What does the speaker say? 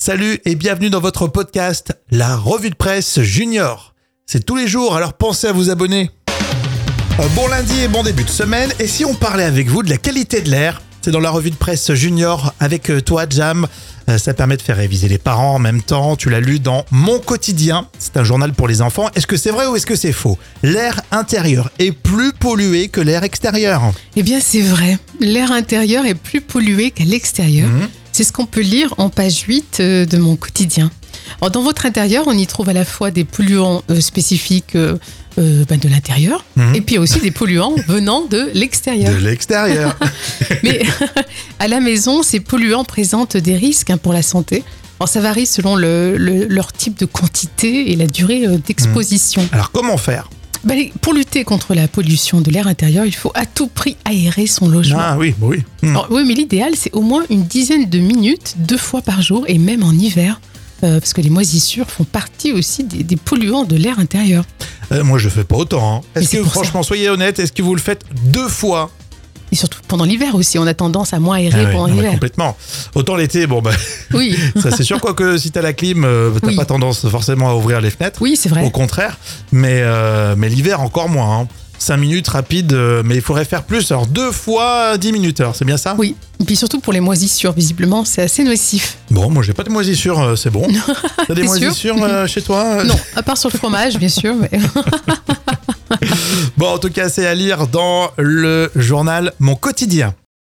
Salut et bienvenue dans votre podcast, la revue de presse junior. C'est tous les jours, alors pensez à vous abonner. Bon lundi et bon début de semaine. Et si on parlait avec vous de la qualité de l'air ? C'est dans la revue de presse junior avec toi, Jam. Ça permet de faire réviser les parents en même temps. Tu l'as lu dans Mon Quotidien. C'est un journal pour les enfants. Est-ce que c'est vrai ou est-ce que c'est faux ? L'air intérieur est plus pollué que l'air extérieur. Eh bien, c'est vrai. L'air intérieur est plus pollué qu'à l'extérieur. C'est ce qu'on peut lire en page 8 de Mon Quotidien. Alors, dans votre intérieur, on y trouve à la fois des polluants spécifiques de l'intérieur et puis aussi des polluants venant de l'extérieur. De l'extérieur. Mais à la maison, ces polluants présentent des risques pour la santé. Alors, ça varie selon leur type de quantité et la durée d'exposition. Alors comment faire ? Pour lutter contre la pollution de l'air intérieur, il faut à tout prix aérer son logement. Ah oui. Alors, oui, mais l'idéal, c'est au moins une dizaine de minutes, 2 fois par jour, et même en hiver, parce que les moisissures font partie aussi des polluants de l'air intérieur. Moi, je fais pas autant. Est-ce que, franchement, soyez honnête, est-ce que vous le faites 2 fois ? Et surtout pendant l'hiver aussi, on a tendance à moins aérer pendant l'hiver. Complètement. Autant l'été, oui. ça c'est sûr, quoique si t'as la clim, t'as pas tendance forcément à ouvrir les fenêtres. Oui, c'est vrai. Au contraire. Mais l'hiver, encore moins. 5 minutes rapide, mais il faudrait faire plus. Alors 2 fois 10 minutes, alors c'est bien ça ? Oui, et puis surtout pour les moisissures, visiblement, c'est assez nocif. Bon, moi j'ai pas de moisissures, c'est bon. T'as des moisissures chez toi ? Non, à part sur le fromage, bien sûr. Mais... Bon, en tout cas, c'est à lire dans le journal Mon Quotidien.